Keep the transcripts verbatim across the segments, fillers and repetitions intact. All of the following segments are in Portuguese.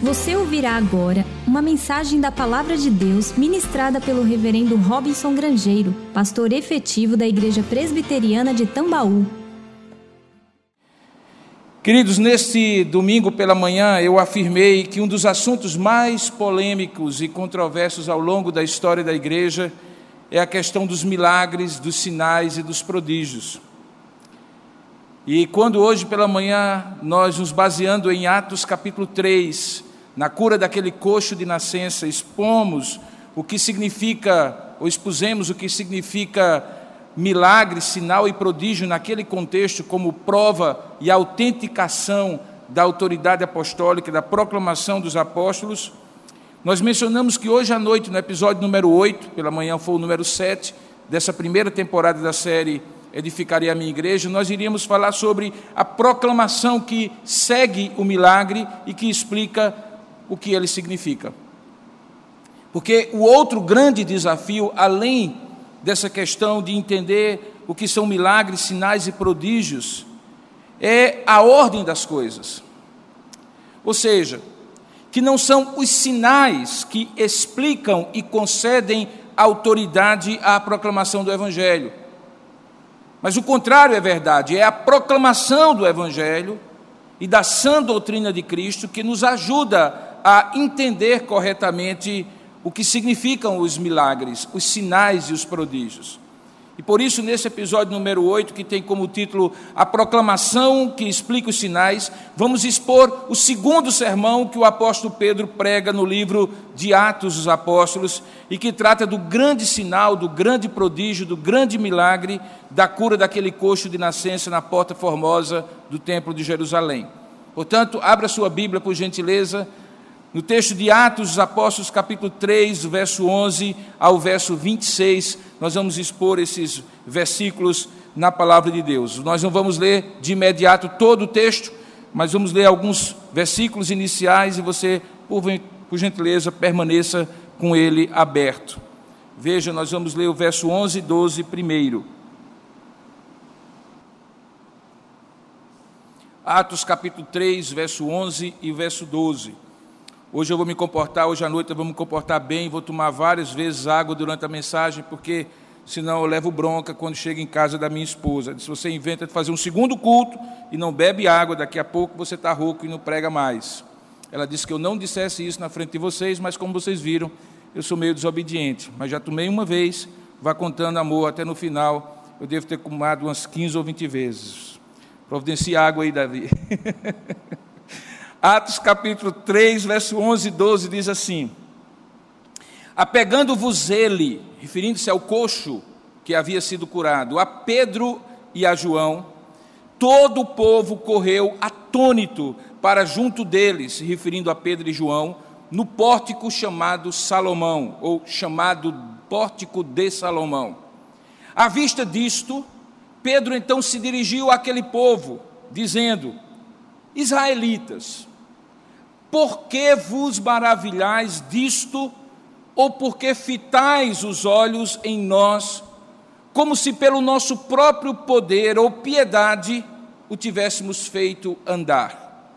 Você ouvirá agora uma mensagem da Palavra de Deus ministrada pelo reverendo Robinson Grangeiro, pastor efetivo da Igreja Presbiteriana de Tambaú. Queridos, neste domingo pela manhã eu afirmei que um dos assuntos mais polêmicos e controversos ao longo da história da igreja é a questão dos milagres, dos sinais e dos prodígios. E quando hoje pela manhã nós nos baseando em Atos capítulo três, na cura daquele coxo de nascença, expomos o que significa, ou expusemos o que significa milagre, sinal e prodígio naquele contexto como prova e autenticação da autoridade apostólica, da proclamação dos apóstolos, nós mencionamos que hoje à noite, no episódio número oito, pela manhã foi o número sete, dessa primeira temporada da série Edificarei a Minha Igreja, nós iríamos falar sobre a proclamação que segue o milagre e que explica o que ele significa. Porque o outro grande desafio, além dessa questão de entender o que são milagres, sinais e prodígios, é a ordem das coisas. Ou seja, que não são os sinais que explicam e concedem autoridade à proclamação do Evangelho. Mas o contrário é verdade, é a proclamação do Evangelho e da sã doutrina de Cristo que nos ajuda a entender corretamente o que significam os milagres, os sinais e os prodígios. E por isso, nesse episódio número oito, que tem como título A Proclamação que Explica os Sinais, vamos expor o segundo sermão que o apóstolo Pedro prega no livro de Atos dos Apóstolos e que trata do grande sinal, do grande prodígio, do grande milagre da cura daquele coxo de nascença na porta formosa do Templo de Jerusalém. Portanto, abra sua Bíblia, por gentileza, no texto de Atos dos Apóstolos, capítulo três, verso onze ao verso vinte e seis, nós vamos expor esses versículos na palavra de Deus. Nós não vamos ler de imediato todo o texto, mas vamos ler alguns versículos iniciais e você, por, por gentileza, permaneça com ele aberto. Veja, nós vamos ler o verso onze e doze primeiro. Atos capítulo três, verso onze e verso doze. Hoje eu vou me comportar, hoje à noite eu vou me comportar bem, vou tomar várias vezes água durante a mensagem, porque senão eu levo bronca quando chego em casa da minha esposa. Se você inventa de fazer um segundo culto e não bebe água, daqui a pouco você está rouco e não prega mais. Ela disse que eu não dissesse isso na frente de vocês, mas como vocês viram, eu sou meio desobediente. Mas já tomei uma vez, vá contando amor, até no final eu devo ter tomado umas quinze ou vinte vezes. Providencie água aí, Davi. Atos capítulo três, verso onze e doze, diz assim: apegando-vos ele, referindo-se ao coxo que havia sido curado, a Pedro e a João, todo o povo correu atônito para junto deles, se referindo a Pedro e João, no pórtico chamado Salomão, ou chamado pórtico de Salomão. À vista disto, Pedro então se dirigiu àquele povo, dizendo: israelitas, por que vos maravilhais disto, ou por que fitais os olhos em nós, como se pelo nosso próprio poder ou piedade o tivéssemos feito andar?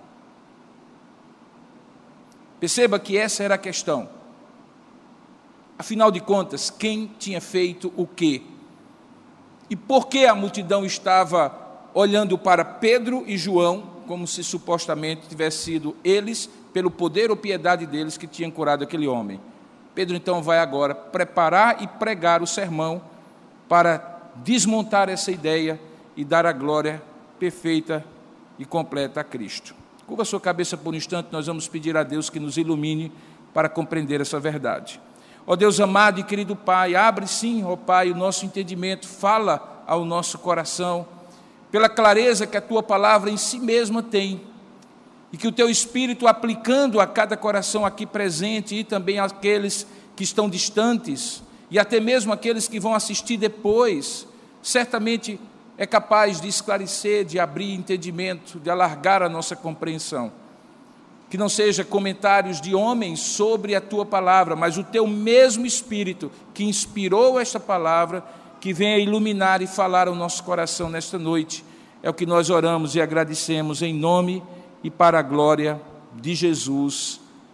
Perceba que essa era a questão. Afinal de contas, quem tinha feito o quê? E por que a multidão estava olhando para Pedro e João, como se supostamente tivesse sido eles, pelo poder ou piedade deles, que tinham curado aquele homem? Pedro então vai agora preparar e pregar o sermão para desmontar essa ideia e dar a glória perfeita e completa a Cristo. Curva a sua cabeça por um instante, nós vamos pedir a Deus que nos ilumine para compreender essa verdade. Ó Deus amado e querido Pai, abre sim, ó Pai, o nosso entendimento, fala ao nosso coração, pela clareza que a Tua palavra em si mesma tem, e que o Teu Espírito, aplicando a cada coração aqui presente, e também àqueles que estão distantes, e até mesmo aqueles que vão assistir depois, certamente é capaz de esclarecer, de abrir entendimento, de alargar a nossa compreensão. Que não seja comentários de homens sobre a Tua palavra, mas o Teu mesmo Espírito que inspirou esta palavra, que venha iluminar e falar ao nosso coração nesta noite. É o que nós oramos e agradecemos em nome e para a glória de Jesus.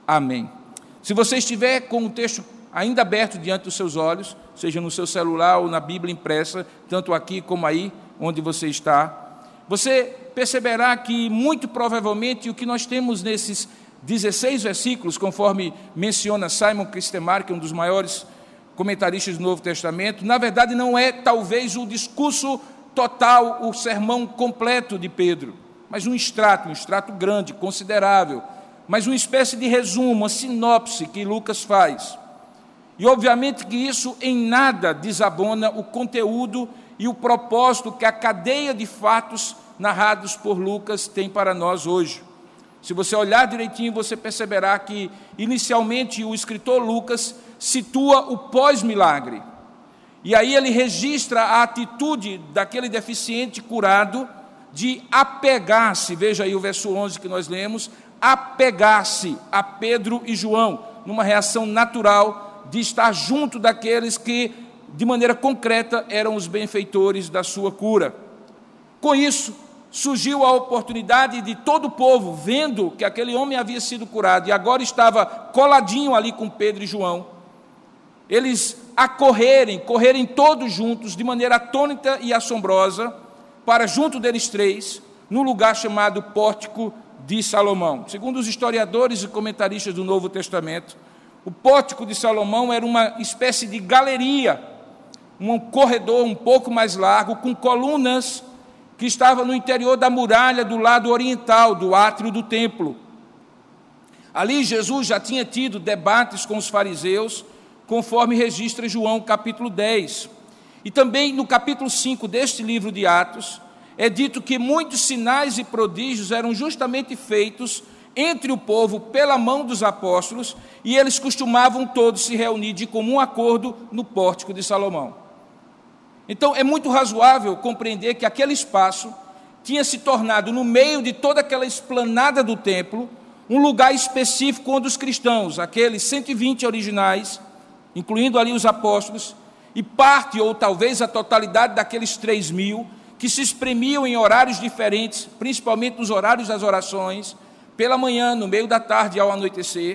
Amém. Se você estiver com o texto ainda aberto diante dos seus olhos, seja no seu celular ou na Bíblia impressa, tanto aqui como aí onde você está, você perceberá que, muito provavelmente, o que nós temos nesses dezesseis versículos, conforme menciona Simon Kistemaker, que é um dos maiores comentaristas do Novo Testamento, na verdade não é talvez o discurso total, o sermão completo de Pedro, mas um extrato, um extrato grande, considerável, mas uma espécie de resumo, uma sinopse que Lucas faz. E obviamente que isso em nada desabona o conteúdo e o propósito que a cadeia de fatos narrados por Lucas tem para nós hoje. Se você olhar direitinho, você perceberá que, inicialmente, o escritor Lucas situa o pós-milagre. E aí ele registra a atitude daquele deficiente curado de apegar-se, veja aí o verso onze que nós lemos, apegar-se a Pedro e João, numa reação natural de estar junto daqueles que, de maneira concreta, eram os benfeitores da sua cura. Com isso, surgiu a oportunidade de todo o povo, vendo que aquele homem havia sido curado e agora estava coladinho ali com Pedro e João, eles acorrerem, correrem todos juntos, de maneira atônita e assombrosa, para junto deles três, num lugar chamado Pórtico de Salomão. Segundo os historiadores e comentaristas do Novo Testamento, o Pórtico de Salomão era uma espécie de galeria, um corredor um pouco mais largo, com colunas que estava no interior da muralha do lado oriental, do átrio do templo. Ali Jesus já tinha tido debates com os fariseus, conforme registra João capítulo dez. E também no capítulo cinco deste livro de Atos, é dito que muitos sinais e prodígios eram justamente feitos entre o povo pela mão dos apóstolos, e eles costumavam todos se reunir de comum acordo no Pórtico de Salomão. Então, é muito razoável compreender que aquele espaço tinha se tornado, no meio de toda aquela esplanada do templo, um lugar específico onde os cristãos, aqueles cento e vinte originais, incluindo ali os apóstolos, e parte ou talvez a totalidade daqueles três mil, que se espremiam em horários diferentes, principalmente nos horários das orações, pela manhã, no meio da tarde e ao anoitecer,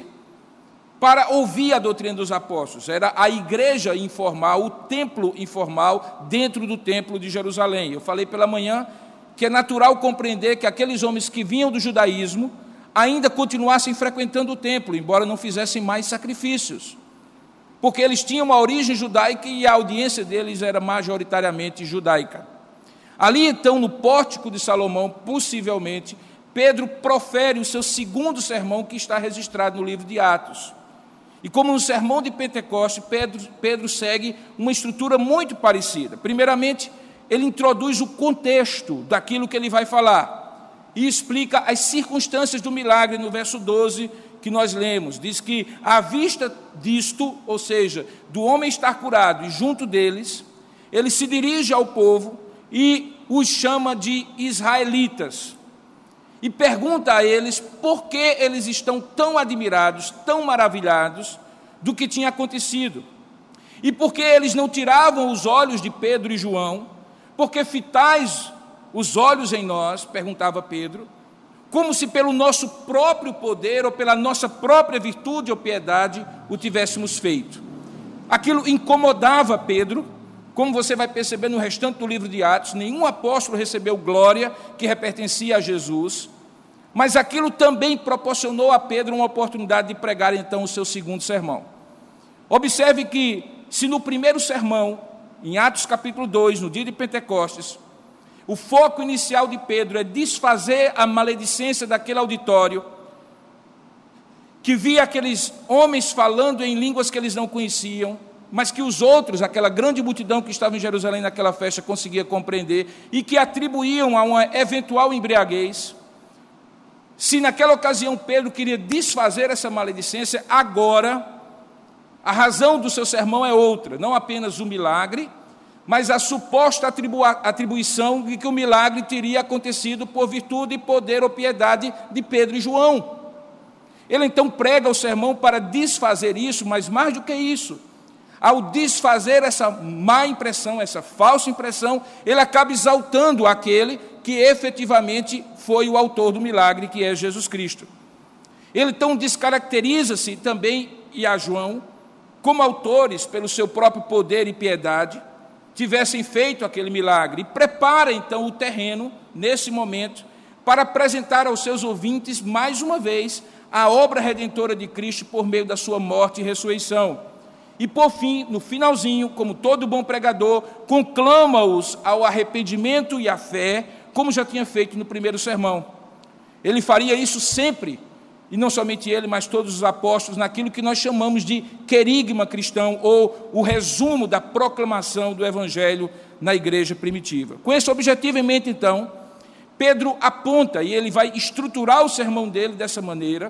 para ouvir a doutrina dos apóstolos. Era a igreja informal, o templo informal, dentro do templo de Jerusalém. Eu falei pela manhã que é natural compreender que aqueles homens que vinham do judaísmo ainda continuassem frequentando o templo, embora não fizessem mais sacrifícios, porque eles tinham uma origem judaica e a audiência deles era majoritariamente judaica. Ali, então, no Pórtico de Salomão, possivelmente, Pedro profere o seu segundo sermão, que está registrado no livro de Atos. E como no sermão de Pentecostes, Pedro, Pedro segue uma estrutura muito parecida. Primeiramente, ele introduz o contexto daquilo que ele vai falar e explica as circunstâncias do milagre no verso doze que nós lemos. Diz que, à vista disto, ou seja, do homem estar curado e junto deles, ele se dirige ao povo e os chama de israelitas. E pergunta a eles por que eles estão tão admirados, tão maravilhados do que tinha acontecido. E por que eles não tiravam os olhos de Pedro e João, porque fitais os olhos em nós, perguntava Pedro, como se pelo nosso próprio poder ou pela nossa própria virtude ou piedade o tivéssemos feito. Aquilo incomodava Pedro. Como você vai perceber no restante do livro de Atos, nenhum apóstolo recebeu glória que pertencia a Jesus, mas aquilo também proporcionou a Pedro uma oportunidade de pregar então o seu segundo sermão. Observe que, se no primeiro sermão, em Atos capítulo dois, no dia de Pentecostes, o foco inicial de Pedro é desfazer a maledicência daquele auditório, que via aqueles homens falando em línguas que eles não conheciam, mas que os outros, aquela grande multidão que estava em Jerusalém naquela festa, conseguia compreender, e que atribuíam a uma eventual embriaguez. Se naquela ocasião Pedro queria desfazer essa maledicência, agora a razão do seu sermão é outra, não apenas o milagre, mas a suposta atribu- atribuição de que o milagre teria acontecido por virtude e poder ou piedade de Pedro e João. Ele então prega o sermão para desfazer isso, mas mais do que isso, ao desfazer essa má impressão, essa falsa impressão, ele acaba exaltando aquele que efetivamente foi o autor do milagre, que é Jesus Cristo. Ele então descaracteriza-se também, e a João, como autores, pelo seu próprio poder e piedade, tivessem feito aquele milagre. E prepara então o terreno, nesse momento, para apresentar aos seus ouvintes, mais uma vez, a obra redentora de Cristo por meio da sua morte e ressurreição. E, por fim, no finalzinho, como todo bom pregador, conclama-os ao arrependimento e à fé, como já tinha feito no primeiro sermão. Ele faria isso sempre, e não somente ele, mas todos os apóstolos, naquilo que nós chamamos de querigma cristão, ou o resumo da proclamação do Evangelho na igreja primitiva. Com esse objetivo em mente, então, Pedro aponta, e ele vai estruturar o sermão dele dessa maneira,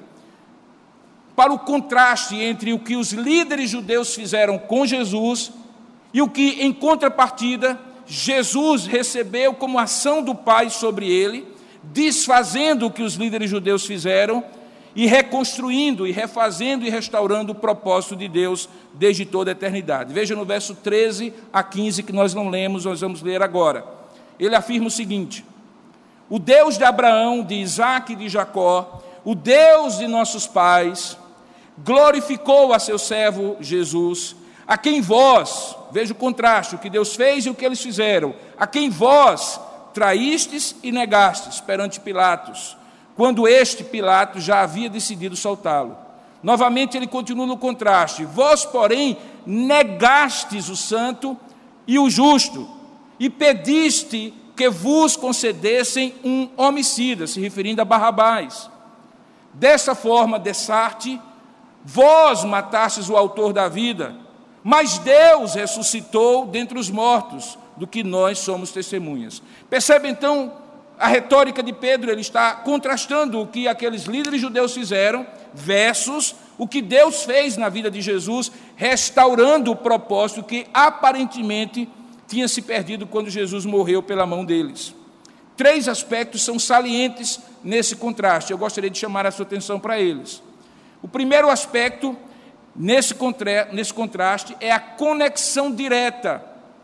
para o contraste entre o que os líderes judeus fizeram com Jesus e o que, em contrapartida, Jesus recebeu como ação do Pai sobre ele, desfazendo o que os líderes judeus fizeram e reconstruindo, e refazendo e restaurando o propósito de Deus desde toda a eternidade. Veja no verso treze a quinze, que nós não lemos, nós vamos ler agora. Ele afirma o seguinte: o Deus de Abraão, de Isaque e de Jacó, o Deus de nossos pais, glorificou a seu servo Jesus, a quem vós, veja o contraste, o que Deus fez e o que eles fizeram, a quem vós traístes e negastes perante Pilatos, quando este Pilatos já havia decidido soltá-lo. Novamente ele continua no contraste: vós, porém, negastes o santo e o justo, e pediste que vos concedessem um homicida, se referindo a Barrabás. Dessa forma, Dessarte, vós matastes o autor da vida, mas Deus ressuscitou dentre os mortos, do que nós somos testemunhas. Percebe então a retórica de Pedro? Ele está contrastando o que aqueles líderes judeus fizeram versus o que Deus fez na vida de Jesus, restaurando o propósito que aparentemente tinha se perdido quando Jesus morreu pela mão deles. Três aspectos são salientes nesse contraste. Eu gostaria de chamar a sua atenção para eles. O primeiro aspecto nesse, contra... nesse contraste é a conexão direta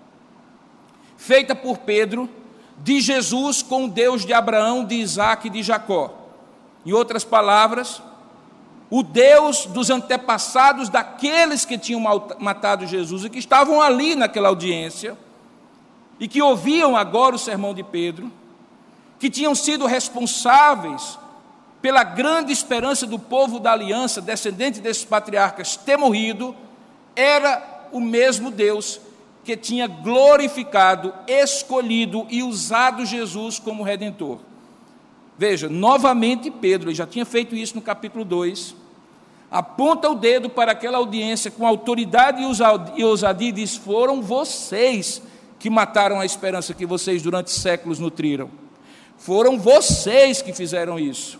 feita por Pedro de Jesus com o Deus de Abraão, de Isaque e de Jacó. Em outras palavras, o Deus dos antepassados daqueles que tinham matado Jesus e que estavam ali naquela audiência e que ouviam agora o sermão de Pedro, que tinham sido responsáveis pela grande esperança do povo da aliança, descendente desses patriarcas, ter morrido, era o mesmo Deus que tinha glorificado, escolhido e usado Jesus como Redentor. Veja, novamente Pedro, ele já tinha feito isso no capítulo dois, aponta o dedo para aquela audiência com autoridade e ousadia e diz: foram vocês que mataram a esperança que vocês durante séculos nutriram. Foram vocês que fizeram isso.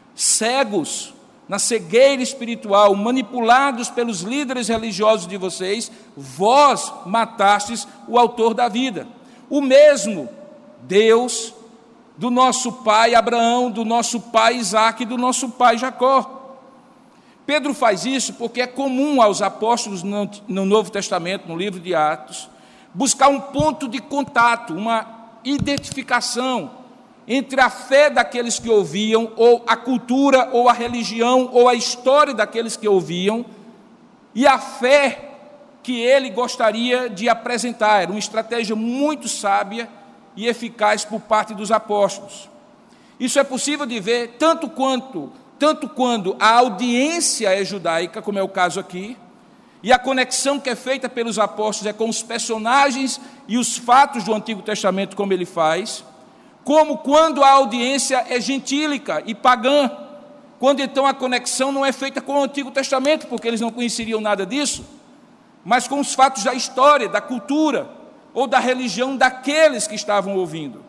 Cegos, na cegueira espiritual, manipulados pelos líderes religiosos de vocês, vós matastes o autor da vida. O mesmo Deus do nosso pai Abraão, do nosso pai Isaque e do nosso pai Jacó. Pedro faz isso porque é comum aos apóstolos no, no Novo Testamento, no livro de Atos, buscar um ponto de contato, uma identificação entre a fé daqueles que ouviam, ou a cultura, ou a religião, ou a história daqueles que ouviam, e a fé que ele gostaria de apresentar. Era uma estratégia muito sábia e eficaz por parte dos apóstolos. Isso é possível de ver tanto quanto, tanto quando a audiência é judaica, como é o caso aqui, e a conexão que é feita pelos apóstolos é com os personagens e os fatos do Antigo Testamento, como ele faz, como quando a audiência é gentílica e pagã, quando então a conexão não é feita com o Antigo Testamento, porque eles não conheceriam nada disso, mas com os fatos da história, da cultura, ou da religião daqueles que estavam ouvindo.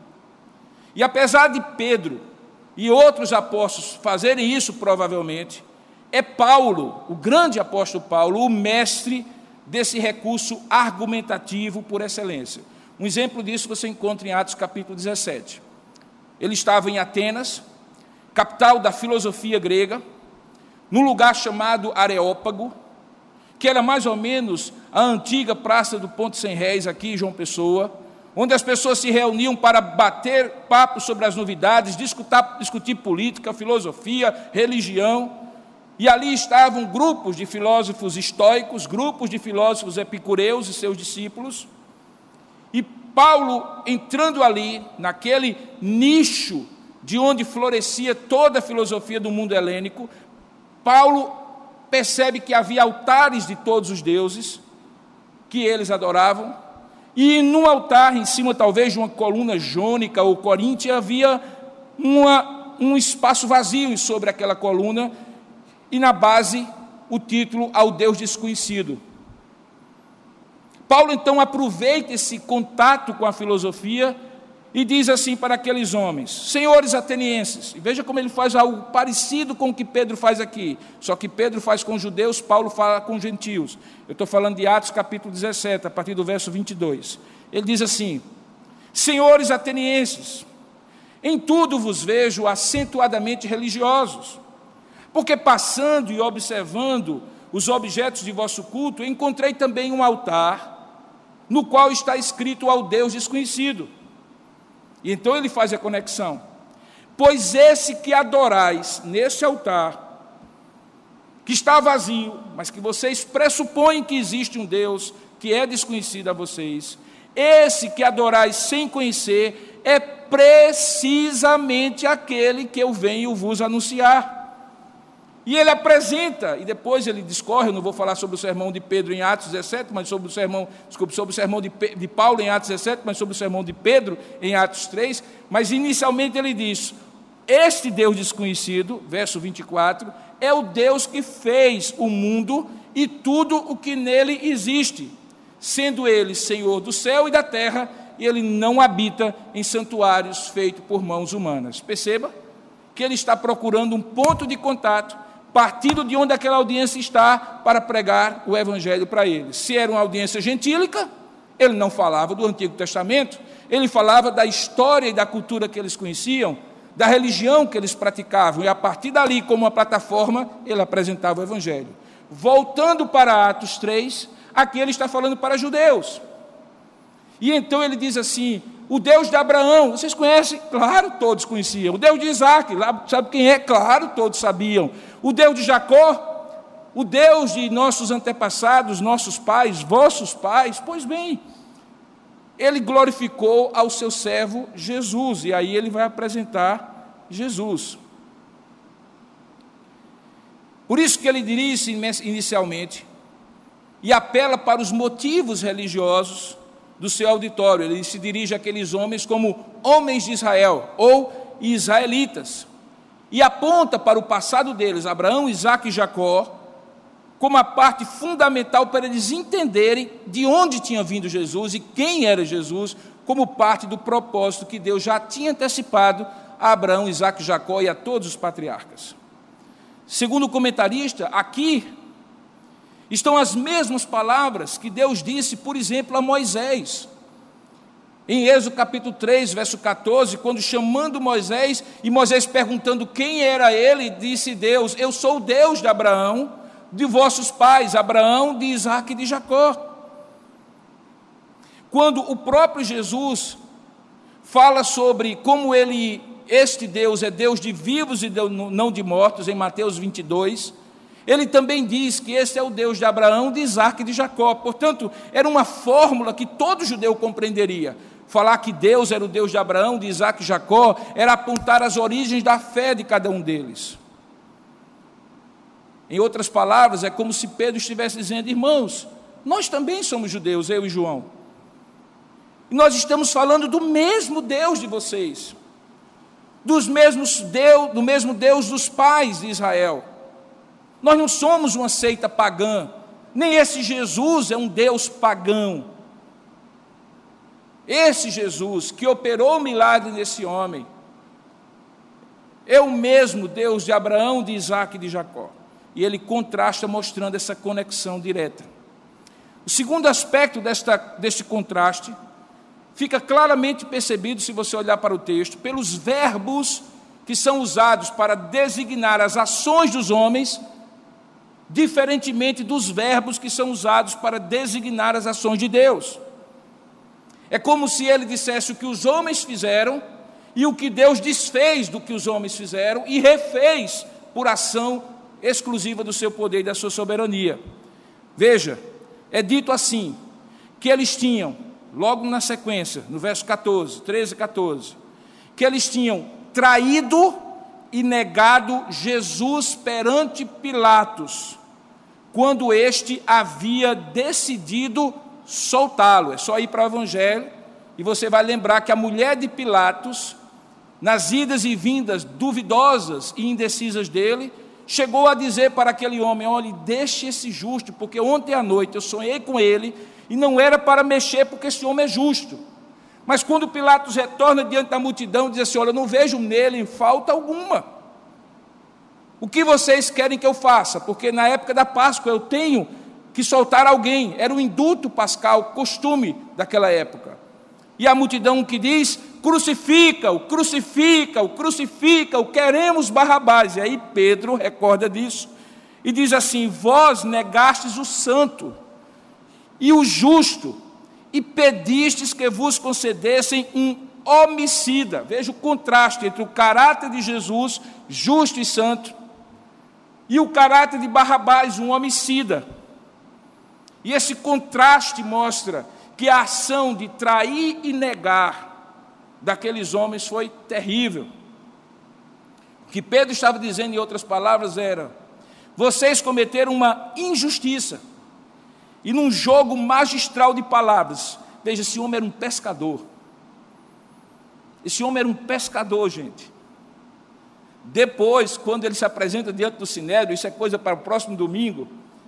E apesar de Pedro e outros apóstolos fazerem isso provavelmente, é Paulo, o grande apóstolo Paulo, o mestre desse recurso argumentativo por excelência. Um exemplo disso você encontra em Atos capítulo dezessete. Ele estava em Atenas, capital da filosofia grega, num lugar chamado Areópago, que era mais ou menos a antiga Praça do Ponto Sem Réis, aqui em João Pessoa, onde as pessoas se reuniam para bater papo sobre as novidades, discutir, discutir política, filosofia, religião. e ali estavam grupos de filósofos estoicos, grupos de filósofos epicureus e seus discípulos, e Paulo, entrando ali, naquele nicho de onde florescia toda a filosofia do mundo helênico, Paulo percebe que havia altares de todos os deuses que eles adoravam, e num altar, em cima talvez de uma coluna jônica ou coríntia, havia uma, um espaço vazio sobre aquela coluna, e na base o título Ao Deus Desconhecido. Paulo então aproveita esse contato com a filosofia e diz assim para aqueles homens: senhores atenienses, e veja como ele faz algo parecido com o que Pedro faz aqui, só que Pedro faz com judeus, Paulo fala com gentios. Eu estou falando de Atos capítulo dezessete, a partir do verso vinte e dois. Ele diz assim: senhores atenienses, em tudo vos vejo acentuadamente religiosos, porque passando e observando os objetos de vosso culto, encontrei também um altar, no qual está escrito ao Deus desconhecido. E então ele faz a conexão: pois esse que adorais nesse altar, que está vazio, mas que vocês pressupõem que existe um Deus que é desconhecido a vocês, esse que adorais sem conhecer, é precisamente aquele que eu venho vos anunciar. E ele apresenta, e depois ele discorre, eu não vou falar sobre o sermão de Pedro em Atos dezessete, mas sobre o sermão, desculpe, sobre o sermão de, de Paulo em Atos dezessete, mas sobre o sermão de Pedro em Atos três, mas inicialmente ele diz: este Deus desconhecido, verso vinte e quatro, é o Deus que fez o mundo e tudo o que nele existe, sendo ele Senhor do céu e da terra, e ele não habita em santuários feitos por mãos humanas. Perceba que ele está procurando um ponto de contato, partindo de onde aquela audiência está, para pregar o evangelho para eles. Se era uma audiência gentílica, ele não falava do Antigo Testamento, ele falava da história e da cultura que eles conheciam, da religião que eles praticavam, e a partir dali, como uma plataforma, ele apresentava o evangelho. Voltando para Atos três, aqui ele está falando para judeus. E então ele diz assim: o Deus de Abraão, vocês conhecem? Claro, todos conheciam. O Deus de Isaac, sabe quem é? Claro, todos sabiam. O Deus de Jacó, o Deus de nossos antepassados, nossos pais, vossos pais. Pois bem, ele glorificou ao seu servo Jesus, e aí ele vai apresentar Jesus. Por isso que ele dirige inicialmente e apela para os motivos religiosos do seu auditório. Ele se dirige àqueles homens como homens de Israel ou israelitas, e aponta para o passado deles, Abraão, Isaque e Jacó, como a parte fundamental para eles entenderem de onde tinha vindo Jesus e quem era Jesus, como parte do propósito que Deus já tinha antecipado a Abraão, Isaque, Jacó e a todos os patriarcas. Segundo o comentarista, aqui estão as mesmas palavras que Deus disse, por exemplo, a Moisés. Em Êxodo capítulo três, verso catorze, quando chamando Moisés, e Moisés perguntando quem era ele, disse Deus: eu sou o Deus de Abraão, de vossos pais, Abraão, de Isaque e de Jacó. Quando o próprio Jesus fala sobre como ele, este Deus é Deus de vivos e não de mortos, em Mateus vinte e dois, ele também diz que esse é o Deus de Abraão, de Isaque e de Jacó. Portanto, era uma fórmula que todo judeu compreenderia. Falar que Deus era o Deus de Abraão, de Isaque e Jacó, era apontar as origens da fé de cada um deles. Em outras palavras, é como se Pedro estivesse dizendo: irmãos, nós também somos judeus, eu e João. E nós estamos falando do mesmo Deus de vocês, dos mesmos Deus, do mesmo Deus dos pais de Israel. Nós não somos uma seita pagã, nem esse Jesus é um Deus pagão. Esse Jesus que operou o milagre nesse homem é o mesmo Deus de Abraão, de Isaque e de Jacó. E ele contrasta mostrando essa conexão direta. O segundo aspecto desta, deste contraste fica claramente percebido, se você olhar para o texto, pelos verbos que são usados para designar as ações dos homens, diferentemente dos verbos que são usados para designar as ações de Deus. É como se ele dissesse o que os homens fizeram e o que Deus desfez do que os homens fizeram e refez por ação exclusiva do seu poder e da sua soberania. Veja, é dito assim, que eles tinham, logo na sequência, no verso catorze, treze e catorze, que eles tinham traído e negado Jesus perante Pilatos, quando este havia decidido soltá-lo. É só ir para o Evangelho, e você vai lembrar que a mulher de Pilatos, nas idas e vindas duvidosas e indecisas dele, chegou a dizer para aquele homem: olhe, deixe esse justo, porque ontem à noite eu sonhei com ele, e não era para mexer, porque esse homem é justo. Mas quando Pilatos retorna diante da multidão, diz assim: olha, eu não vejo nele falta alguma. O que vocês querem que eu faça? Porque na época da Páscoa eu tenho que soltar alguém. Era o indulto pascal, costume daquela época. E a multidão que diz: crucifica-o, crucifica-o, crucifica-o, queremos Barrabás. E aí Pedro recorda disso e diz assim: vós negastes o santo e o justo, e pedistes que vos concedessem um homicida. Veja o contraste entre o caráter de Jesus, justo e santo, e o caráter de Barrabás, um homicida. E esse contraste mostra que a ação de trair e negar daqueles homens foi terrível. O que Pedro estava dizendo, em outras palavras, era: vocês cometeram uma injustiça. E num jogo magistral de palavras, veja, esse homem era um pescador. Esse homem era um pescador, gente. Depois, quando ele se apresenta diante do Sinédrio, isso é coisa para o próximo domingo,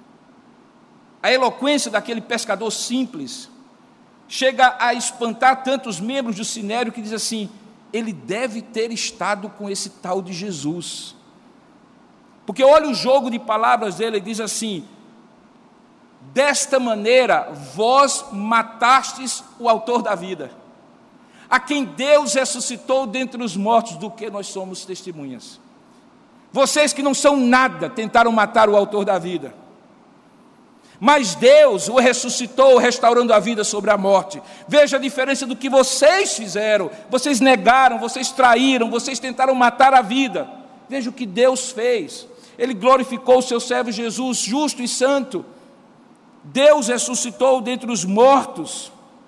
a eloquência daquele pescador simples chega a espantar tantos membros do Sinédrio que diz assim: ele deve ter estado com esse tal de Jesus. Porque olha o jogo de palavras dele, ele diz assim: desta maneira vós matastes o autor da vida, a quem Deus ressuscitou dentre os mortos, do que nós somos testemunhas. Vocês que não são nada tentaram matar o autor da vida, mas Deus o ressuscitou, restaurando a vida sobre a morte. Veja a diferença do que vocês fizeram. Vocês negaram, vocês traíram, vocês tentaram matar a vida. Veja o que Deus fez. Ele glorificou o seu servo Jesus, justo e santo. Deus ressuscitou dentre os mortos.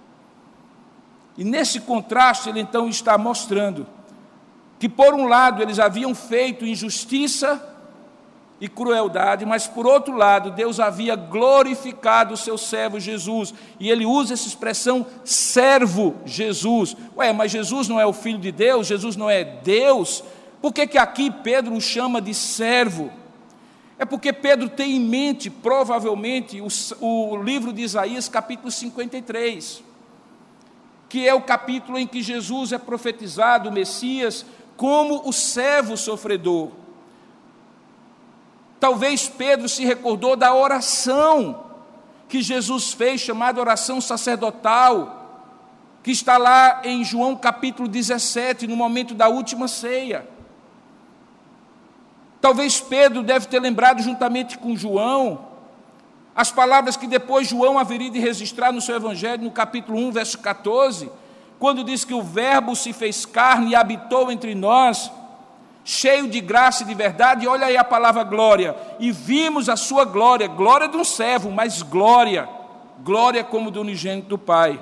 E nesse contraste ele então está mostrando que, por um lado, eles haviam feito injustiça e crueldade, mas por outro lado, Deus havia glorificado o seu servo Jesus, e ele usa essa expressão servo Jesus. Ué, mas Jesus não é o Filho de Deus? Jesus não é Deus? Por que que aqui Pedro o chama de servo? É porque Pedro tem em mente, provavelmente, o, o livro de Isaías, capítulo cinquenta e três, que é o capítulo em que Jesus é profetizado, o Messias, como o servo sofredor. Talvez Pedro se recordou da oração que Jesus fez, chamada oração sacerdotal, que está lá em João capítulo dezessete, no momento da última ceia. Talvez Pedro deve ter lembrado, juntamente com João, as palavras que depois João haveria de registrar no seu Evangelho, no capítulo um, verso catorze, quando diz que o Verbo se fez carne e habitou entre nós, cheio de graça e de verdade. E olha aí a palavra glória: e vimos a sua glória, glória de um servo, mas glória, glória como do unigênito do Pai.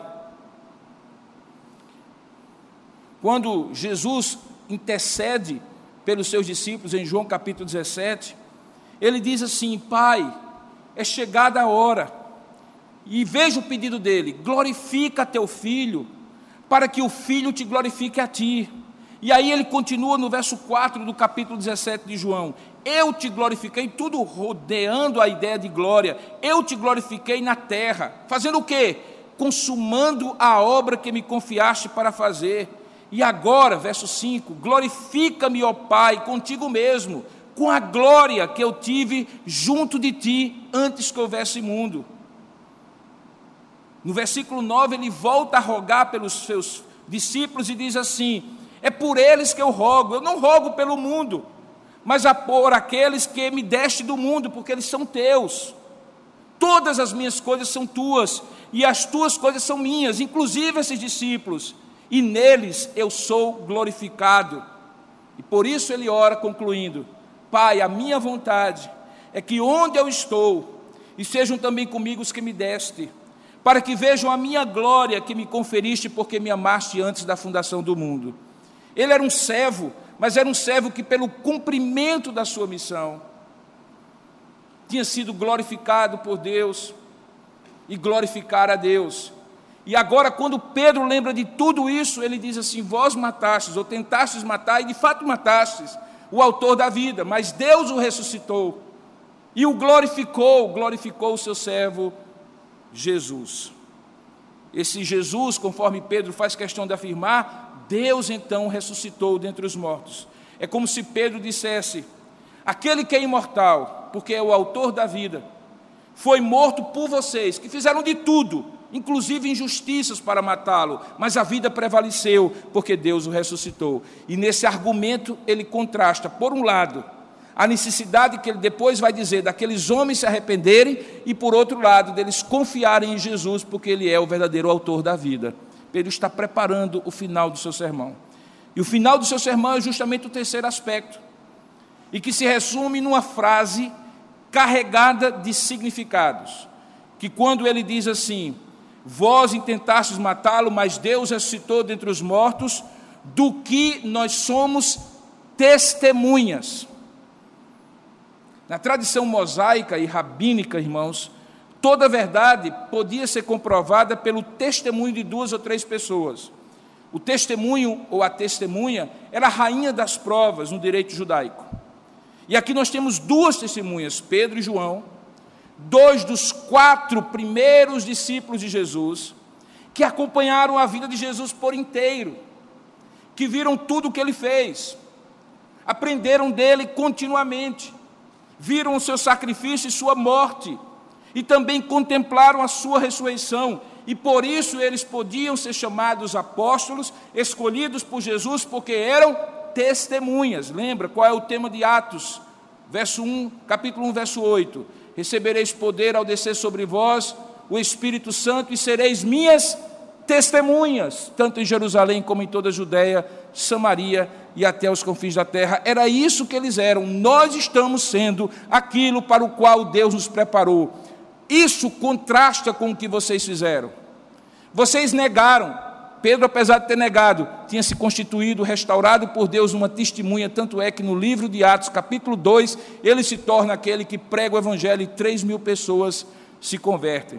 Quando Jesus intercede pelos seus discípulos em João capítulo dezessete, ele diz assim: Pai, é chegada a hora, e veja o pedido dele: glorifica teu filho, para que o filho te glorifique a ti. E aí ele continua no verso quatro do capítulo dezessete de João: eu te glorifiquei, tudo rodeando a ideia de glória, eu te glorifiquei na terra, fazendo o quê? Consumando a obra que me confiaste para fazer. E agora, verso cinco, glorifica-me, ó Pai, contigo mesmo, com a glória que eu tive junto de ti, antes que houvesse mundo. No versículo nove, ele volta a rogar pelos seus discípulos e diz assim: é por eles que eu rogo, eu não rogo pelo mundo, mas a por aqueles que me deste do mundo, porque eles são teus. Todas as minhas coisas são tuas, e as tuas coisas são minhas, inclusive esses discípulos, e neles eu sou glorificado. E por isso ele ora concluindo: Pai, a minha vontade é que onde eu estou, e sejam também comigo os que me deste, para que vejam a minha glória que me conferiste, porque me amaste antes da fundação do mundo. Ele era um servo, mas era um servo que, pelo cumprimento da sua missão, tinha sido glorificado por Deus e glorificar a Deus. E agora, quando Pedro lembra de tudo isso, ele diz assim: vós matastes, ou tentastes matar, e de fato matastes, o autor da vida, mas Deus o ressuscitou e o glorificou, glorificou o seu servo Jesus. Esse Jesus, conforme Pedro faz questão de afirmar, Deus então ressuscitou dentre os mortos. É como se Pedro dissesse: aquele que é imortal, porque é o autor da vida, foi morto por vocês, que fizeram de tudo, inclusive injustiças para matá-lo, mas a vida prevaleceu, porque Deus o ressuscitou. E nesse argumento ele contrasta, por um lado, a necessidade que ele depois vai dizer daqueles homens se arrependerem, e por outro lado, deles confiarem em Jesus, porque ele é o verdadeiro autor da vida. Pedro está preparando o final do seu sermão. E o final do seu sermão é justamente o terceiro aspecto, e que se resume numa frase carregada de significados, que quando ele diz assim: vós intentastes matá-lo, mas Deus ressuscitou dentre os mortos, do que nós somos testemunhas. Na tradição mosaica e rabínica, irmãos, toda verdade podia ser comprovada pelo testemunho de duas ou três pessoas. O testemunho ou a testemunha era a rainha das provas no direito judaico. E aqui nós temos duas testemunhas, Pedro e João, dois dos quatro primeiros discípulos de Jesus, que acompanharam a vida de Jesus por inteiro, que viram tudo o que ele fez, aprenderam dele continuamente, viram o seu sacrifício e sua morte, e também contemplaram a sua ressurreição, e por isso eles podiam ser chamados apóstolos, escolhidos por Jesus, porque eram testemunhas. Lembra qual é o tema de Atos, verso um, capítulo um, verso oito: recebereis poder ao descer sobre vós o Espírito Santo, e sereis minhas testemunhas, tanto em Jerusalém como em toda a Judeia, Samaria e até os confins da terra. Era isso que eles eram. Nós estamos sendo aquilo para o qual Deus nos preparou. Isso contrasta com o que vocês fizeram. Vocês negaram. Pedro, apesar de ter negado, tinha se constituído, restaurado por Deus uma testemunha, tanto é que no livro de Atos, capítulo dois, ele se torna aquele que prega o evangelho e três mil pessoas se convertem.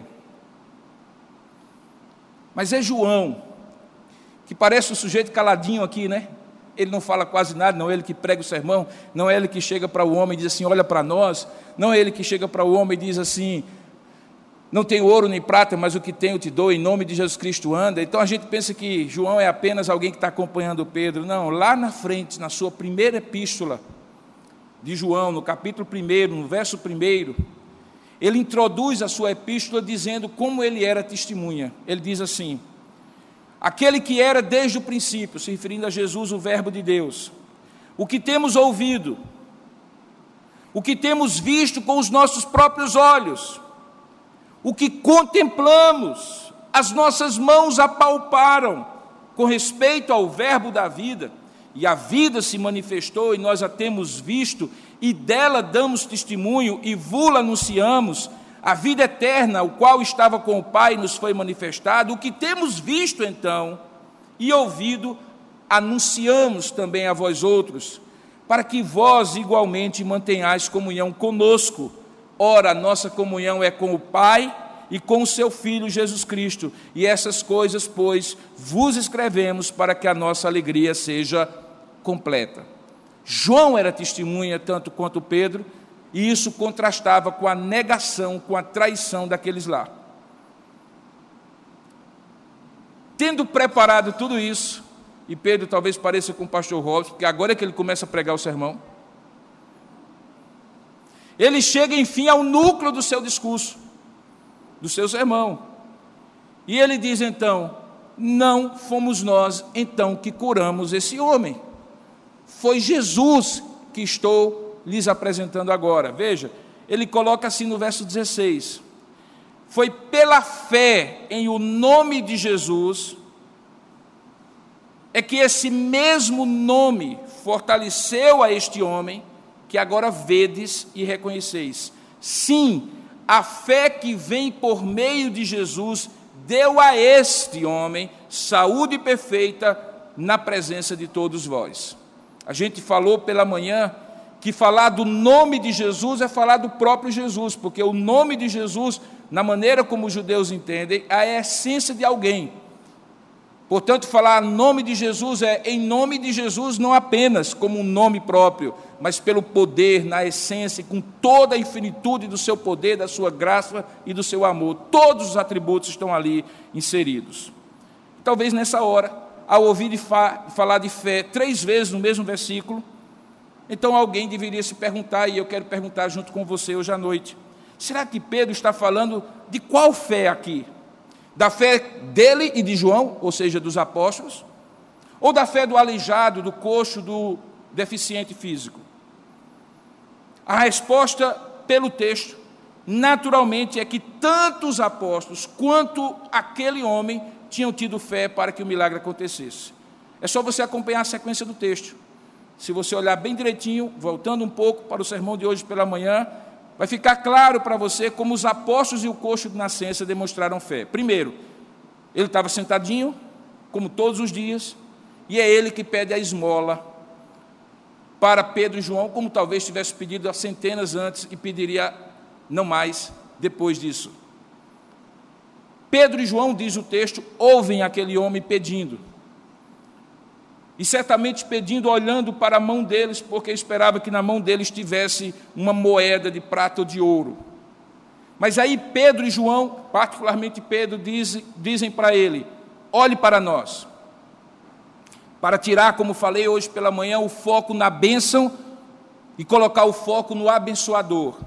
Mas é João, que parece um sujeito caladinho aqui, né? Ele não fala quase nada, não é ele que prega o sermão, não é ele que chega para o homem e diz assim: olha para nós, não é ele que chega para o homem e diz assim: não tenho ouro nem prata, mas o que tenho te dou, em nome de Jesus Cristo anda. Então a gente pensa que João é apenas alguém que está acompanhando Pedro. Não, lá na frente, na sua primeira epístola de João, no capítulo primeiro, no verso primeiro, ele introduz a sua epístola dizendo como ele era testemunha. Ele diz assim: aquele que era desde o princípio, se referindo a Jesus, o verbo de Deus, o que temos ouvido, o que temos visto com os nossos próprios olhos, o que contemplamos, as nossas mãos apalparam, com respeito ao verbo da vida, e a vida se manifestou, e nós a temos visto, e dela damos testemunho, e vula anunciamos, a vida eterna, o qual estava com o Pai, nos foi manifestado. O que temos visto então, e ouvido, anunciamos também a vós outros, para que vós igualmente mantenhais comunhão conosco. Ora, a nossa comunhão é com o Pai e com o seu Filho Jesus Cristo, e essas coisas, pois, vos escrevemos para que a nossa alegria seja completa. João era testemunha tanto quanto Pedro, e isso contrastava com a negação, com a traição daqueles lá. Tendo preparado tudo isso, e Pedro talvez pareça com o pastor Robson, porque agora é que ele começa a pregar o sermão, ele chega, enfim, ao núcleo do seu discurso, do seu sermão. E ele diz, então: não fomos nós, então, que curamos esse homem. Foi Jesus que estou lhes apresentando agora. Veja, ele coloca assim no verso dezesseis: foi pela fé em o nome de Jesus, é que esse mesmo nome fortaleceu a este homem, que agora vedes e reconheceis. Sim, a fé que vem por meio de Jesus deu a este homem saúde perfeita na presença de todos vós. A gente falou pela manhã que falar do nome de Jesus é falar do próprio Jesus, porque o nome de Jesus, na maneira como os judeus entendem, é a essência de alguém. Portanto, falar nome de Jesus é em nome de Jesus, não apenas como um nome próprio, mas pelo poder, na essência, com toda a infinitude do seu poder, da sua graça e do seu amor. Todos os atributos estão ali inseridos. Talvez nessa hora, ao ouvir de fa- falar de fé três vezes no mesmo versículo, então alguém deveria se perguntar, e eu quero perguntar junto com você hoje à noite, será que Pedro está falando de qual fé aqui? Da fé dele e de João, ou seja, dos apóstolos, ou da fé do aleijado, do coxo, do deficiente físico? A resposta, pelo texto, naturalmente é que tanto os apóstolos quanto aquele homem tinham tido fé para que o milagre acontecesse. É só você acompanhar a sequência do texto. Se você olhar bem direitinho, voltando um pouco para o sermão de hoje pela manhã, vai ficar claro para você como os apóstolos e o coxo de nascença demonstraram fé. Primeiro, ele estava sentadinho, como todos os dias, e é ele que pede a esmola para Pedro e João, como talvez tivesse pedido há centenas antes e pediria não mais depois disso. Pedro e João, diz o texto, ouvem aquele homem pedindo. E certamente pedindo, olhando para a mão deles, porque esperava que na mão deles tivesse uma moeda de prata ou de ouro. Mas aí Pedro e João, particularmente Pedro, diz, dizem para ele, olhe para nós. Para tirar, como falei hoje pela manhã, o foco na bênção e colocar o foco no abençoador.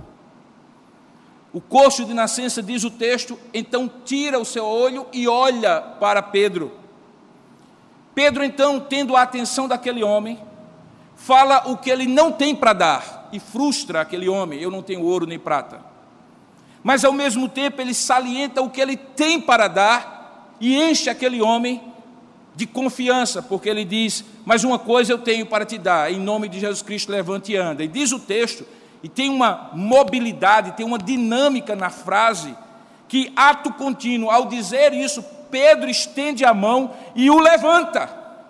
O coxo de nascença, diz o texto, então tira o seu olho e olha para Pedro. Pedro, então, tendo a atenção daquele homem, fala o que ele não tem para dar e frustra aquele homem, eu não tenho ouro nem prata. Mas, ao mesmo tempo, ele salienta o que ele tem para dar e enche aquele homem de confiança, porque ele diz, mas uma coisa eu tenho para te dar, em nome de Jesus Cristo, levante e anda. E diz o texto, e tem uma mobilidade, tem uma dinâmica na frase, que ato contínuo, ao dizer isso, Pedro estende a mão e o levanta.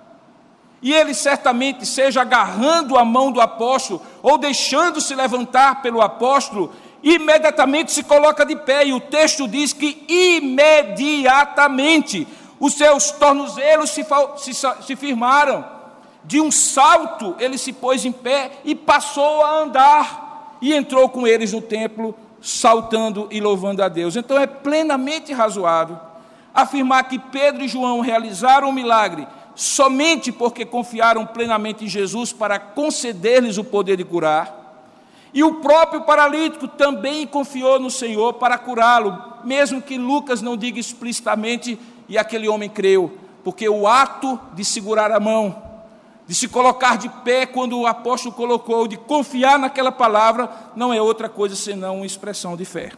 E ele certamente, seja agarrando a mão do apóstolo ou deixando-se levantar pelo apóstolo, imediatamente se coloca de pé. E o texto diz que imediatamente os seus tornozelos se, se, se firmaram. De um salto ele se pôs em pé e passou a andar. E entrou com eles no templo, saltando e louvando a Deus. Então é plenamente razoável afirmar que Pedro e João realizaram o milagre somente porque confiaram plenamente em Jesus para conceder-lhes o poder de curar, e o próprio paralítico também confiou no Senhor para curá-lo, mesmo que Lucas não diga explicitamente, e aquele homem creu, porque o ato de segurar a mão, de se colocar de pé quando o apóstolo colocou, de confiar naquela palavra, não é outra coisa senão uma expressão de fé.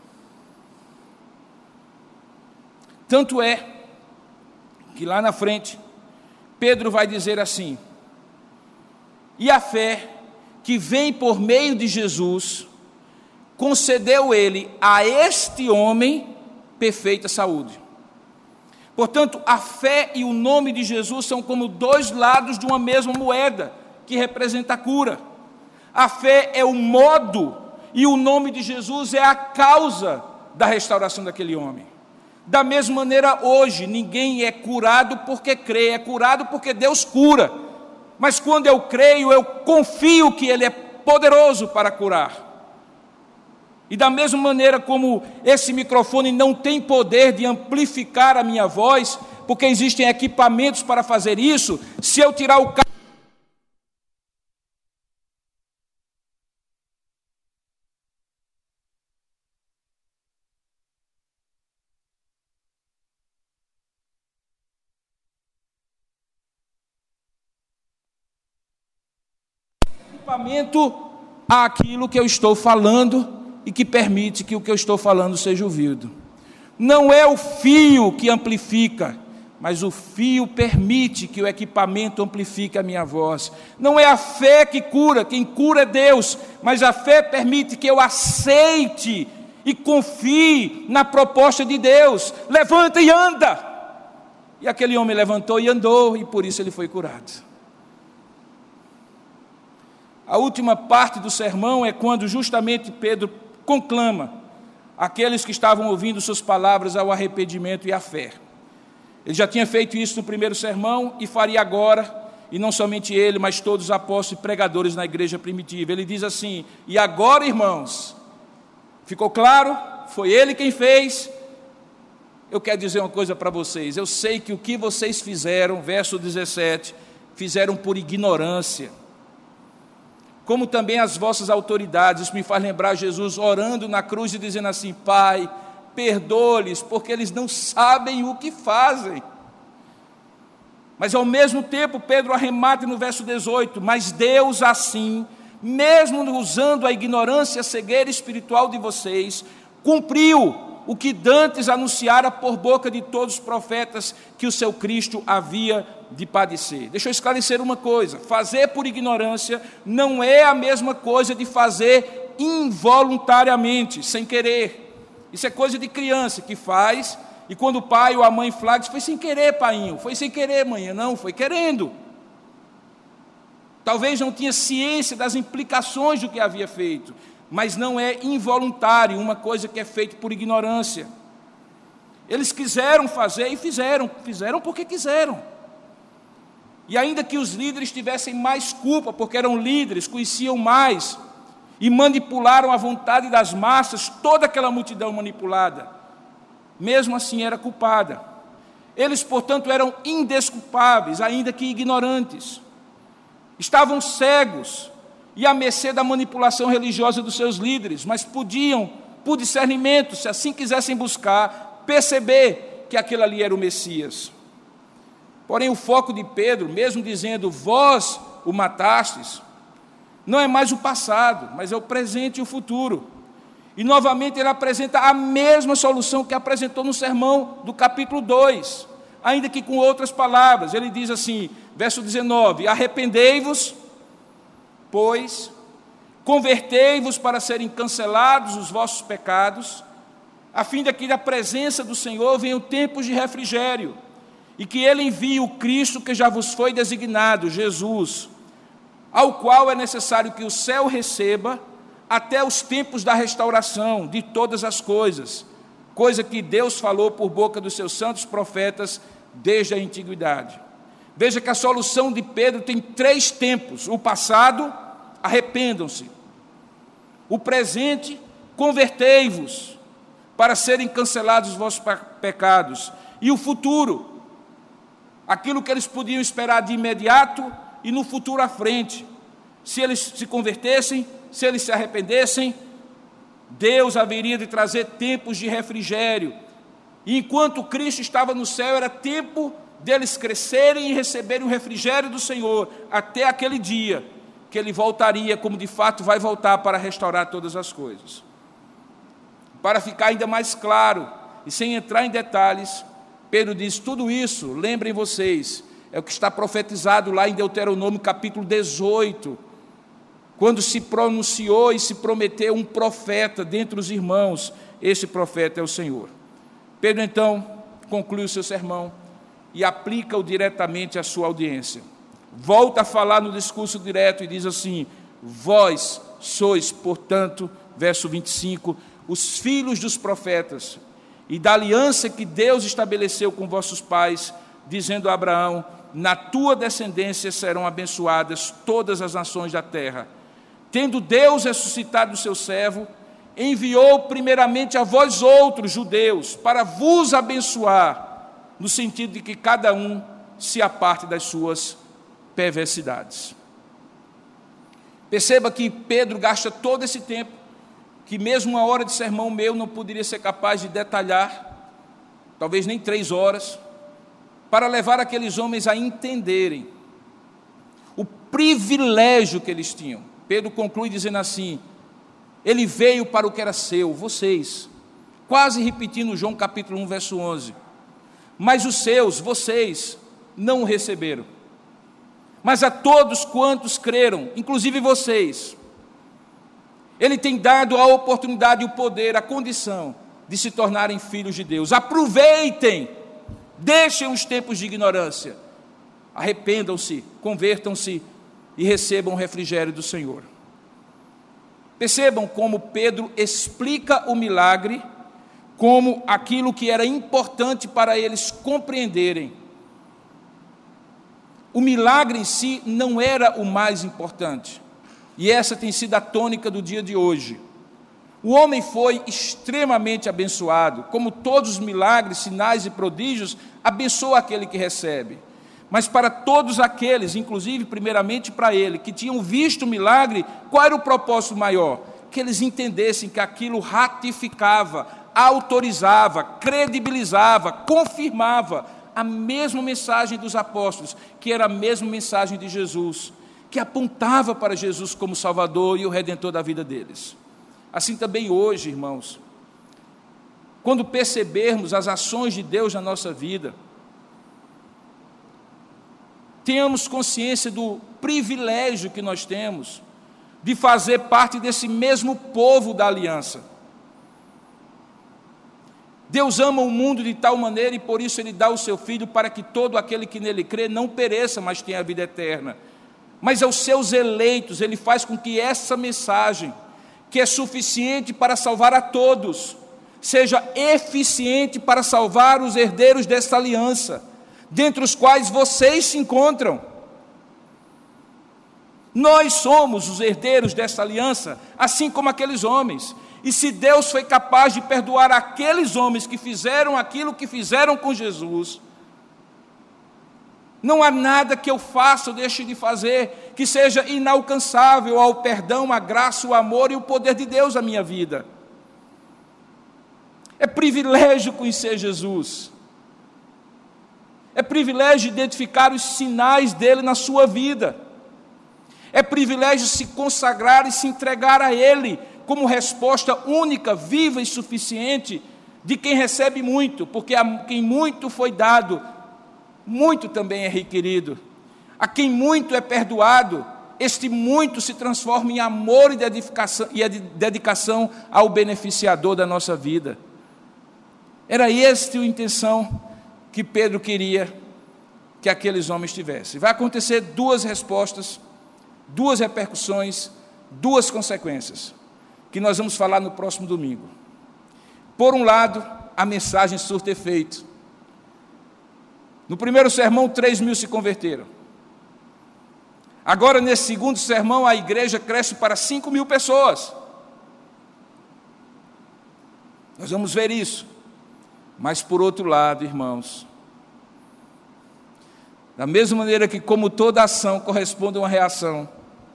Tanto é que lá na frente, Pedro vai dizer assim, e a fé que vem por meio de Jesus, concedeu ele a este homem perfeita saúde. Portanto, a fé e o nome de Jesus são como dois lados de uma mesma moeda, que representa a cura. A fé é o modo, e o nome de Jesus é a causa da restauração daquele homem. Da mesma maneira, hoje, ninguém é curado porque crê, é curado porque Deus cura. Mas quando eu creio, eu confio que Ele é poderoso para curar. E da mesma maneira como esse microfone não tem poder de amplificar a minha voz, porque existem equipamentos para fazer isso, se eu tirar o cabo, equipamento àquilo que eu estou falando e que permite que o que eu estou falando seja ouvido. Não é o fio que amplifica, mas o fio permite que o equipamento amplifique a minha voz. Não é a fé que cura, quem cura é Deus, mas a fé permite que eu aceite e confie na proposta de Deus. Levanta e anda. E aquele homem levantou e andou, e por isso ele foi curado. A última parte do sermão é quando justamente Pedro conclama aqueles que estavam ouvindo suas palavras ao arrependimento e à fé. Ele já tinha feito isso no primeiro sermão e faria agora, e não somente ele, mas todos os apóstolos e pregadores na igreja primitiva. Ele diz assim: e agora, irmãos, ficou claro? Foi ele quem fez. Eu quero dizer uma coisa para vocês, eu sei que o que vocês fizeram, verso dezessete, fizeram por ignorância, como também as vossas autoridades. Isso me faz lembrar Jesus orando na cruz e dizendo assim: Pai, perdoa-lhes, porque eles não sabem o que fazem. Mas ao mesmo tempo Pedro arremata no verso dezoito: mas Deus assim, mesmo usando a ignorância e a cegueira espiritual de vocês, cumpriu o que dantes anunciara por boca de todos os profetas, que o seu Cristo havia de padecer. Deixa eu esclarecer uma coisa: fazer por ignorância não é a mesma coisa de fazer involuntariamente, sem querer. Isso é coisa de criança que faz, e quando o pai ou a mãe flagra, diz: foi sem querer, painho, foi sem querer, mãe. Não, foi querendo. Talvez não tinha ciência das implicações do que havia feito, mas não é involuntário, uma coisa que é feita por ignorância. Eles quiseram fazer e fizeram, fizeram porque quiseram. E ainda que os líderes tivessem mais culpa, porque eram líderes, conheciam mais, e manipularam a vontade das massas, toda aquela multidão manipulada, mesmo assim era culpada. Eles, portanto, eram indesculpáveis, ainda que ignorantes. Estavam cegos e à mercê da manipulação religiosa dos seus líderes, mas podiam, por discernimento, se assim quisessem buscar, perceber que aquele ali era o Messias. Porém, o foco de Pedro, mesmo dizendo: vós o matastes, não é mais o passado, mas é o presente e o futuro. E novamente ele apresenta a mesma solução que apresentou no sermão do capítulo dois, ainda que com outras palavras. Ele diz assim, verso dezenove: arrependei-vos, pois, convertei-vos para serem cancelados os vossos pecados, a fim de que da presença do Senhor venham tempos de refrigério, e que Ele envie o Cristo que já vos foi designado, Jesus, ao qual é necessário que o céu receba até os tempos da restauração de todas as coisas, coisa que Deus falou por boca dos seus santos profetas desde a antiguidade. Veja que a solução de Pedro tem três tempos: o passado, arrependam-se; o presente, convertei-vos para serem cancelados os vossos pecados; e o futuro, aquilo que eles podiam esperar de imediato e no futuro à frente. Se eles se convertessem, se eles se arrependessem, Deus haveria de trazer tempos de refrigério. E enquanto Cristo estava no céu, era tempo deles crescerem e receberem o refrigério do Senhor, até aquele dia que Ele voltaria, como de fato vai voltar, para restaurar todas as coisas. Para ficar ainda mais claro, e sem entrar em detalhes, Pedro diz: tudo isso, lembrem vocês, é o que está profetizado lá em Deuteronômio capítulo dezoito, quando se pronunciou e se prometeu um profeta dentre os irmãos. Esse profeta é o Senhor. Pedro então conclui o seu sermão e aplica-o diretamente à sua audiência. Volta a falar no discurso direto e diz assim: vós sois, portanto, verso vinte e cinco, os filhos dos profetas, e da aliança que Deus estabeleceu com vossos pais, dizendo a Abraão: na tua descendência serão abençoadas todas as nações da terra. Tendo Deus ressuscitado o seu servo, enviou primeiramente a vós outros, judeus, para vos abençoar, no sentido de que cada um se aparte das suas perversidades. Perceba que Pedro gasta todo esse tempo, que mesmo uma hora de sermão meu não poderia ser capaz de detalhar, talvez nem três horas, para levar aqueles homens a entenderem o privilégio que eles tinham. Pedro conclui dizendo assim: ele veio para o que era seu, vocês, quase repetindo João capítulo um, verso onze. mas os seus, vocês, não o receberam. Mas a todos quantos creram, inclusive vocês, Ele tem dado a oportunidade, o poder, a condição de se tornarem filhos de Deus. Aproveitem, deixem os tempos de ignorância, arrependam-se, convertam-se e recebam o refrigério do Senhor. Percebam como Pedro explica o milagre como aquilo que era importante para eles compreenderem. O milagre em si não era o mais importante, e essa tem sido a tônica do dia de hoje. O homem foi extremamente abençoado, como todos os milagres, sinais e prodígios, abençoa aquele que recebe. Mas para todos aqueles, inclusive primeiramente para ele, que tinham visto o milagre, qual era o propósito maior? Que eles entendessem que aquilo ratificava, autorizava, credibilizava, confirmava a mesma mensagem dos apóstolos, que era a mesma mensagem de Jesus, que apontava para Jesus como Salvador e o Redentor da vida deles. Assim também hoje, irmãos, quando percebermos as ações de Deus na nossa vida, tenhamos consciência do privilégio que nós temos de fazer parte desse mesmo povo da aliança. Deus ama o mundo de tal maneira e por isso Ele dá o seu Filho para que todo aquele que nele crê não pereça, mas tenha a vida eterna. Mas aos seus eleitos Ele faz com que essa mensagem, que é suficiente para salvar a todos, seja eficiente para salvar os herdeiros desta aliança, dentre os quais vocês se encontram. Nós somos os herdeiros desta aliança, assim como aqueles homens. E se Deus foi capaz de perdoar aqueles homens que fizeram aquilo que fizeram com Jesus, não há nada que eu faça ou deixe de fazer que seja inalcançável ao perdão, à graça, o amor e o poder de Deus na minha vida. É privilégio conhecer Jesus. É privilégio identificar os sinais dele na sua vida. É privilégio se consagrar e se entregar a ele como resposta única, viva e suficiente de quem recebe muito, porque a quem muito foi dado, muito também é requerido. A quem muito é perdoado, este muito se transforma em amor e dedicação, e dedicação ao beneficiador da nossa vida. Era esta a intenção que Pedro queria que aqueles homens tivessem. Vai acontecer duas respostas, duas repercussões, duas consequências, que nós vamos falar no próximo domingo. Por um lado, a mensagem surte efeito. No primeiro sermão, três mil se converteram. Agora, nesse segundo sermão, a igreja cresce para cinco mil pessoas. Nós vamos ver isso. Mas, por outro lado, irmãos, da mesma maneira que, como toda ação corresponde a uma reação,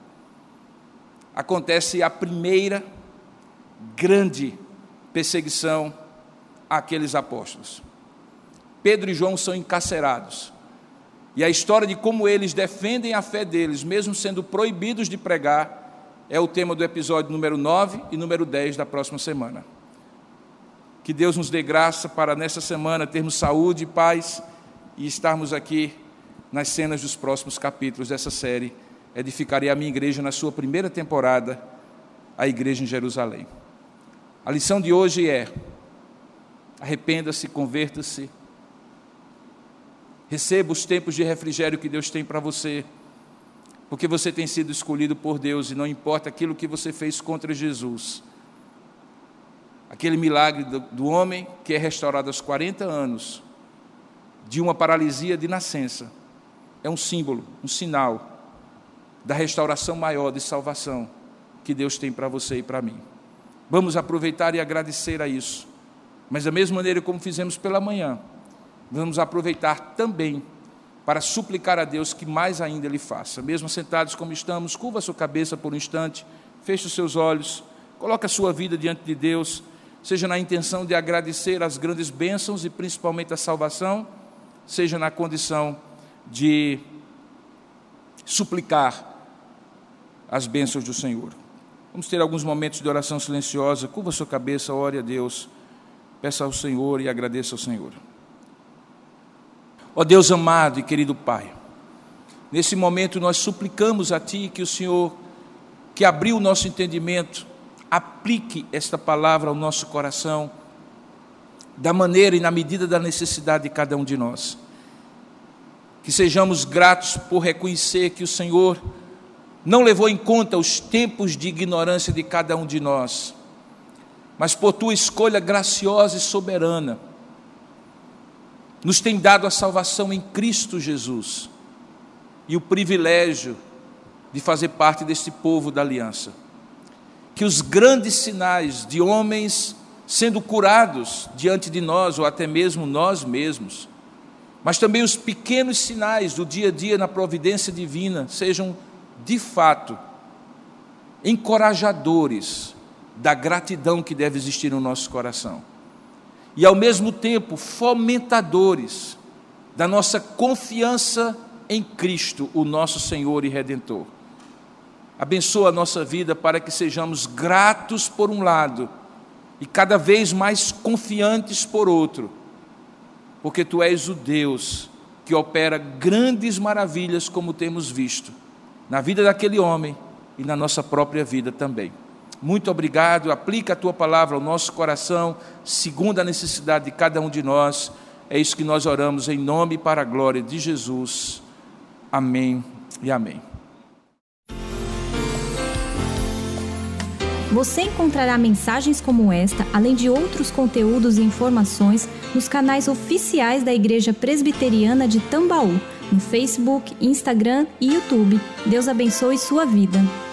acontece a primeira grande perseguição àqueles apóstolos. Pedro e João são encarcerados. E a história de como eles defendem a fé deles, mesmo sendo proibidos de pregar, é o tema do episódio número nove e número dez da próxima semana. Que Deus nos dê graça para, nessa semana, termos saúde e paz e estarmos aqui nas cenas dos próximos capítulos dessa série, Edificarei a minha igreja, na sua primeira temporada, a igreja em Jerusalém. A lição de hoje é: arrependa-se, converta-se, receba os tempos de refrigério que Deus tem para você, porque você tem sido escolhido por Deus e não importa aquilo que você fez contra Jesus. Aquele milagre do, do homem que é restaurado aos quarenta anos de uma paralisia de nascença é um símbolo, um sinal da restauração maior de salvação que Deus tem para você e para mim. Vamos aproveitar e agradecer a isso, mas da mesma maneira como fizemos pela manhã, vamos aproveitar também para suplicar a Deus que mais ainda Ele faça. Mesmo sentados como estamos, curva a sua cabeça por um instante, feche os seus olhos, coloque a sua vida diante de Deus, seja na intenção de agradecer as grandes bênçãos e principalmente a salvação, seja na condição de suplicar as bênçãos do Senhor. Vamos ter alguns momentos de oração silenciosa. Curva a sua cabeça, ore a Deus, peça ao Senhor e agradeça ao Senhor. Ó Deus amado e querido Pai, nesse momento nós suplicamos a Ti que o Senhor, que abriu o nosso entendimento, aplique esta palavra ao nosso coração, da maneira e na medida da necessidade de cada um de nós. Que sejamos gratos por reconhecer que o Senhor não levou em conta os tempos de ignorância de cada um de nós, mas por Tua escolha graciosa e soberana, nos tem dado a salvação em Cristo Jesus e o privilégio de fazer parte deste povo da aliança. Que os grandes sinais de homens sendo curados diante de nós, ou até mesmo nós mesmos, mas também os pequenos sinais do dia a dia na providência divina, sejam de fato encorajadores da gratidão que deve existir no nosso coração, e ao mesmo tempo fomentadores da nossa confiança em Cristo, o nosso Senhor e Redentor. Abençoa a nossa vida para que sejamos gratos por um lado e cada vez mais confiantes por outro, porque Tu és o Deus que opera grandes maravilhas, como temos visto na vida daquele homem e na nossa própria vida também. Muito obrigado. Aplica a Tua palavra ao nosso coração, segundo a necessidade de cada um de nós. É isso que nós oramos em nome e para a glória de Jesus. Amém e amém. Você encontrará mensagens como esta, além de outros conteúdos e informações, nos canais oficiais da Igreja Presbiteriana de Tambaú, no Facebook, Instagram e YouTube. Deus abençoe sua vida.